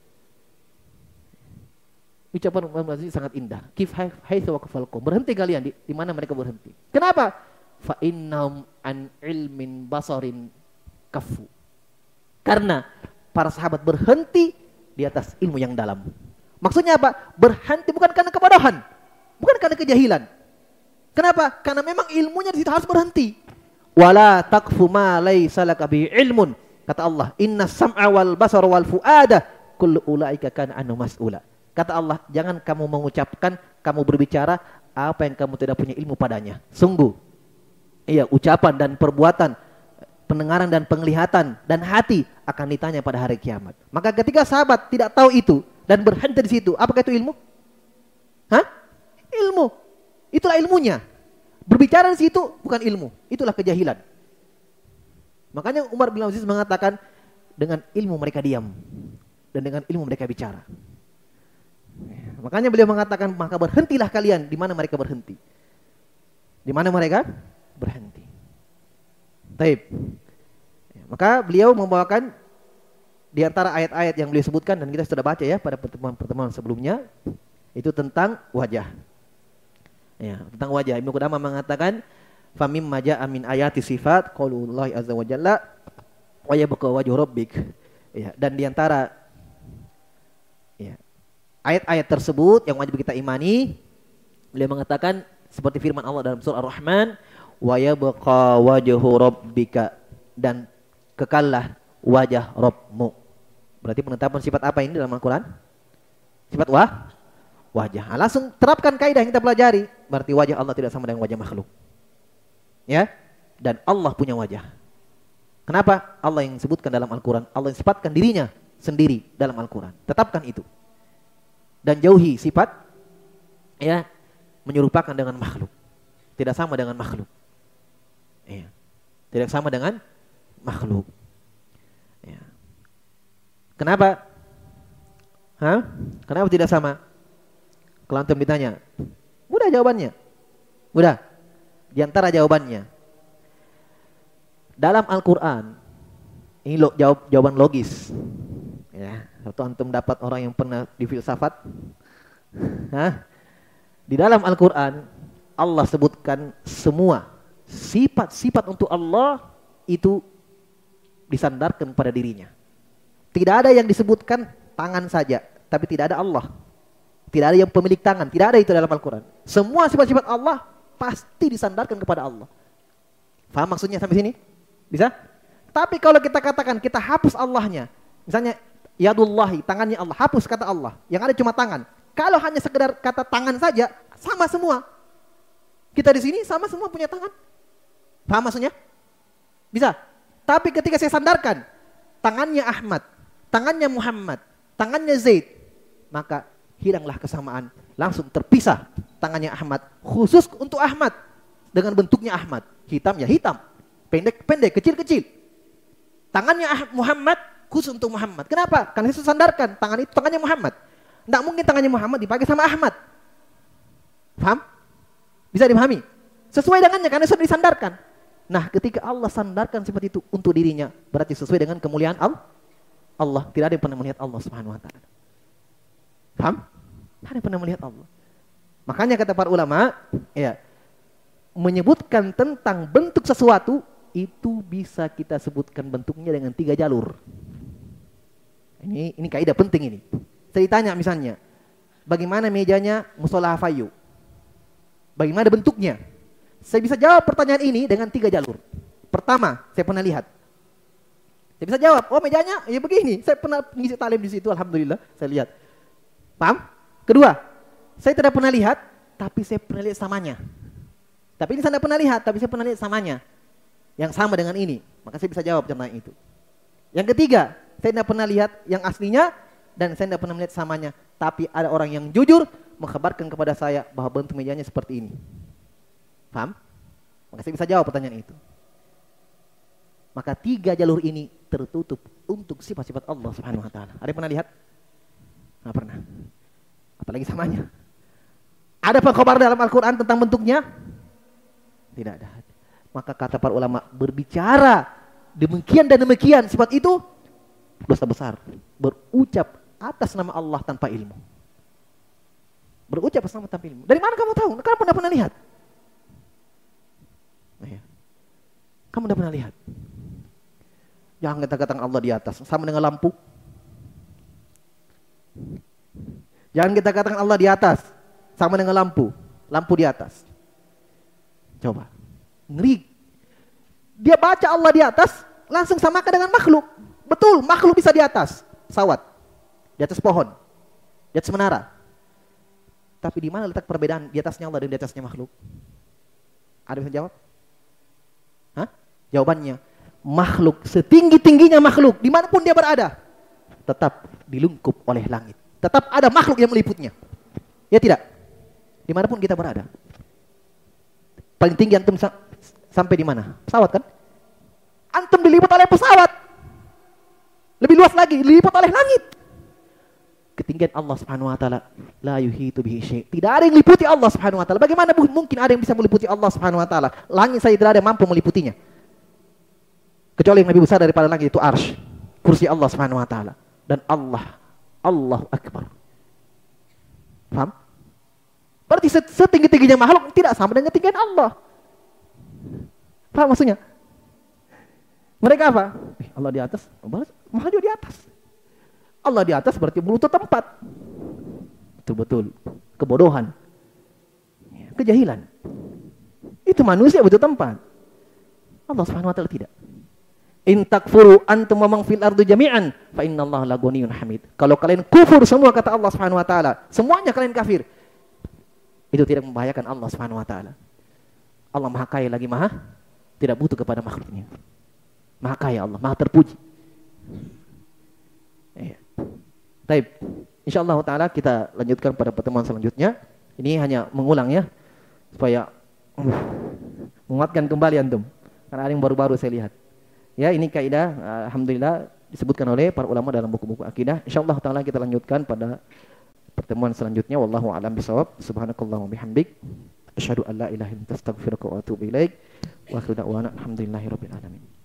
Ucapan Umar bin Aziz sangat indah. Kif haitsu waqafal qaum. Berhenti kalian di mana mereka berhenti. Kenapa? Fa innahum an ilmin basarin kafu. Karena para sahabat berhenti di atas ilmu yang dalam. Maksudnya apa? Berhenti bukan karena kebodohan, bukan karena kejahilan. Kenapa? Karena memang ilmunya di situ harus berhenti. Wala taqfu ma laisa laka bi ilmun. Kata Allah, inna sam'a wal basara wal fuada kullu ulaika kana anhu mas'ula. Kata Allah, jangan kamu mengucapkan, kamu berbicara apa yang kamu tidak punya ilmu padanya. Sungguh, iya, ucapan dan perbuatan, pendengaran dan penglihatan dan hati akan ditanya pada hari kiamat. Maka ketika sahabat tidak tahu itu dan berhenti di situ, apakah itu ilmu? Hah? Ilmu. Itulah ilmunya. Berbicara di situ bukan ilmu, itulah kejahilan. Makanya Umar bin Aziz mengatakan, dengan ilmu mereka diam dan dengan ilmu mereka bicara. Makanya beliau mengatakan, maka berhentilah kalian di mana mereka berhenti. Di mana mereka berhenti. Taib. Maka beliau membawakan di antara ayat-ayat yang beliau sebutkan dan kita sudah baca ya pada pertemuan sebelumnya, itu tentang wajah. Ya, tentang wajah. Ibnu Qudamah mengatakan, famim maja amin ayati sifat qaulullah azza wa jalla wa yabqa wajhu rabbik. Ya, dan di antara ya, ayat-ayat tersebut yang wajib kita imani, beliau mengatakan seperti firman Allah dalam surah Ar-Rahman, wa yabqa wajhu rabbika, dan kekallah wajah Rabbmu. Berarti penetapan sifat apa ini dalam Al-Quran? Sifat wajah. Nah, langsung terapkan kaidah yang kita pelajari. Berarti wajah Allah tidak sama dengan wajah makhluk. Ya, dan Allah punya wajah. Kenapa? Allah yang sebutkan dalam Al-Quran, Allah yang sifatkan dirinya sendiri dalam Al-Quran. Tetapkan itu. Dan jauhi sifat ya menyerupakan dengan makhluk. Tidak sama dengan makhluk. Ya. Tidak sama dengan makhluk. Ya. Kenapa? Kenapa tidak sama? Kalau antum ditanya, mudah jawabannya. Mudah. Di antara jawabannya, dalam Al-Quran, ini jawaban logis. Ya, atau antum dapat orang yang pernah di filsafat. Di dalam Al-Quran, Allah sebutkan semua sifat-sifat untuk Allah itu disandarkan pada dirinya. Tidak ada yang disebutkan tangan saja, tapi tidak ada Allah. Tidak ada yang pemilik tangan, tidak ada itu dalam Al-Quran. Semua sifat-sifat Allah pasti disandarkan kepada Allah. Faham maksudnya sampai sini? Bisa? Tapi kalau kita katakan kita hapus Allahnya, misalnya yadullahi, tangannya Allah, hapus kata Allah, yang ada cuma tangan. Kalau hanya sekedar kata tangan saja, sama semua. Kita di sini sama semua punya tangan. Paham maksudnya? Bisa. Tapi ketika saya sandarkan tangannya Ahmad, tangannya Muhammad, tangannya Zaid, maka hilanglah kesamaan. Langsung terpisah tangannya Ahmad, khusus untuk Ahmad, dengan bentuknya Ahmad. Hitam ya hitam, pendek, kecil. Tangannya Muhammad khusus untuk Muhammad. Kenapa? Karena Yesus sandarkan tangan itu tangannya Muhammad. Tidak mungkin tangannya Muhammad dipakai sama Ahmad. Paham? Bisa dipahami? Sesuai dengannya karena sudah disandarkan. Nah, ketika Allah sandarkan sifat itu untuk dirinya, berarti sesuai dengan kemuliaan Allah. Tidak ada yang pernah melihat Allah Subhanahu wa taala. Paham? Tidak ada yang pernah melihat Allah. Makanya kata para ulama, ya, menyebutkan tentang bentuk sesuatu itu bisa kita sebutkan bentuknya dengan 3 jalur. Ini kaidah penting ini. Saya ditanya misalnya, bagaimana mejanya musola Hafayu? Bagaimana bentuknya? Saya bisa jawab pertanyaan ini dengan 3 jalur. Pertama, saya pernah lihat. Saya bisa jawab, oh mejanya ya begini. Saya pernah ngisi talim di situ, alhamdulillah, saya lihat. Paham? Kedua, saya tidak pernah lihat, tapi saya pernah lihat samanya. Tapi ini saya tidak pernah lihat, tapi saya pernah lihat samanya. Yang sama dengan ini. Maka saya bisa jawab tentang itu. Yang ketiga, saya tidak pernah lihat yang aslinya, dan saya tidak pernah melihat samanya. Tapi ada orang yang jujur, mengkabarkan kepada saya bahwa bentuk mejanya seperti ini. Paham? Maka saya bisa jawab pertanyaan itu. Maka 3 jalur ini tertutup untuk sifat-sifat Allah Subhanahu wa taala. Ada yang pernah lihat? Nggak pernah. Apalagi samanya. Ada pengkhabar dalam Al-Quran tentang bentuknya? Tidak ada. Maka kata para ulama, berbicara demikian dan demikian sifat itu dosa besar. Berucap atas nama Allah tanpa ilmu. Berucap atas nama tanpa ilmu. Dari mana kamu tahu? Kamu tidak pernah lihat. Kamu tidak pernah lihat. Jangan kita katakan Allah di atas, sama dengan lampu. Jangan kita katakan Allah di atas, sama dengan lampu. Lampu di atas. Coba. Ngeri. Dia baca Allah di atas, langsung samakan dengan makhluk. Betul, makhluk bisa di atas. Pesawat. Di atas pohon. Di atas menara. Tapi di mana letak perbedaan di atasnya Allah dan di atasnya makhluk? Ada yang bisa jawab? Hah? Jawabannya, makhluk setinggi-tingginya makhluk, dimanapun dia berada, tetap dilungkup oleh langit. Tetap ada makhluk yang meliputnya. Ya tidak? Dimanapun kita berada. Paling tinggi antum sampai di mana? Pesawat kan? Antum diliput oleh pesawat. Lebih luas lagi, diliput oleh langit. Ketinggian Allah Subhanahu wa taala la yuhitu bihi syai'. Tidak ada yang meliputi Allah Subhanahu wa taala. Bagaimana mungkin ada yang bisa meliputi Allah Subhanahu wa taala? Langit saja tidak ada yang mampu meliputinya. Kecuali yang lebih besar daripada langit itu arsy, kursi Allah Subhanahu wa taala. Dan Allahu Akbar. Paham? Berarti setinggi-tingginya makhluk tidak sama dengan ketinggian Allah. Paham maksudnya? Mereka apa? Allah di atas, makhluk juga di atas. Allah di atas berarti butuh tempat. Betul-betul kebodohan, kejahilan. Itu manusia butuh tempat. Allah Subhanahu wa taala tidak. In takfuru antum wa man fil ardi jami'an fa innallaha laghaniyyun hamid. Kalau kalian kufur semua kata Allah Subhanahu wa taala, semuanya kalian kafir, itu tidak membahayakan Allah Subhanahu wa taala. Allah Maha Kaya lagi Maha tidak butuh kepada makhluknya. Maha Kaya Allah, Maha terpuji. Baik, insyaallah taala kita lanjutkan pada pertemuan selanjutnya. Ini hanya mengulang ya, supaya menguatkan kembali antum. Karena ada yang baru-baru saya lihat. Ya, ini kaidah alhamdulillah disebutkan oleh para ulama dalam buku-buku akidah. Insyaallah taala kita lanjutkan pada pertemuan selanjutnya. Wallahu a'lam bishawab. Subhanakallahumma bihamdik asyhadu an la ilaha illa anta astaghfiruka wa atubu ilaik. Wa akhiru da'wana alhamdulillahirabbil alamin.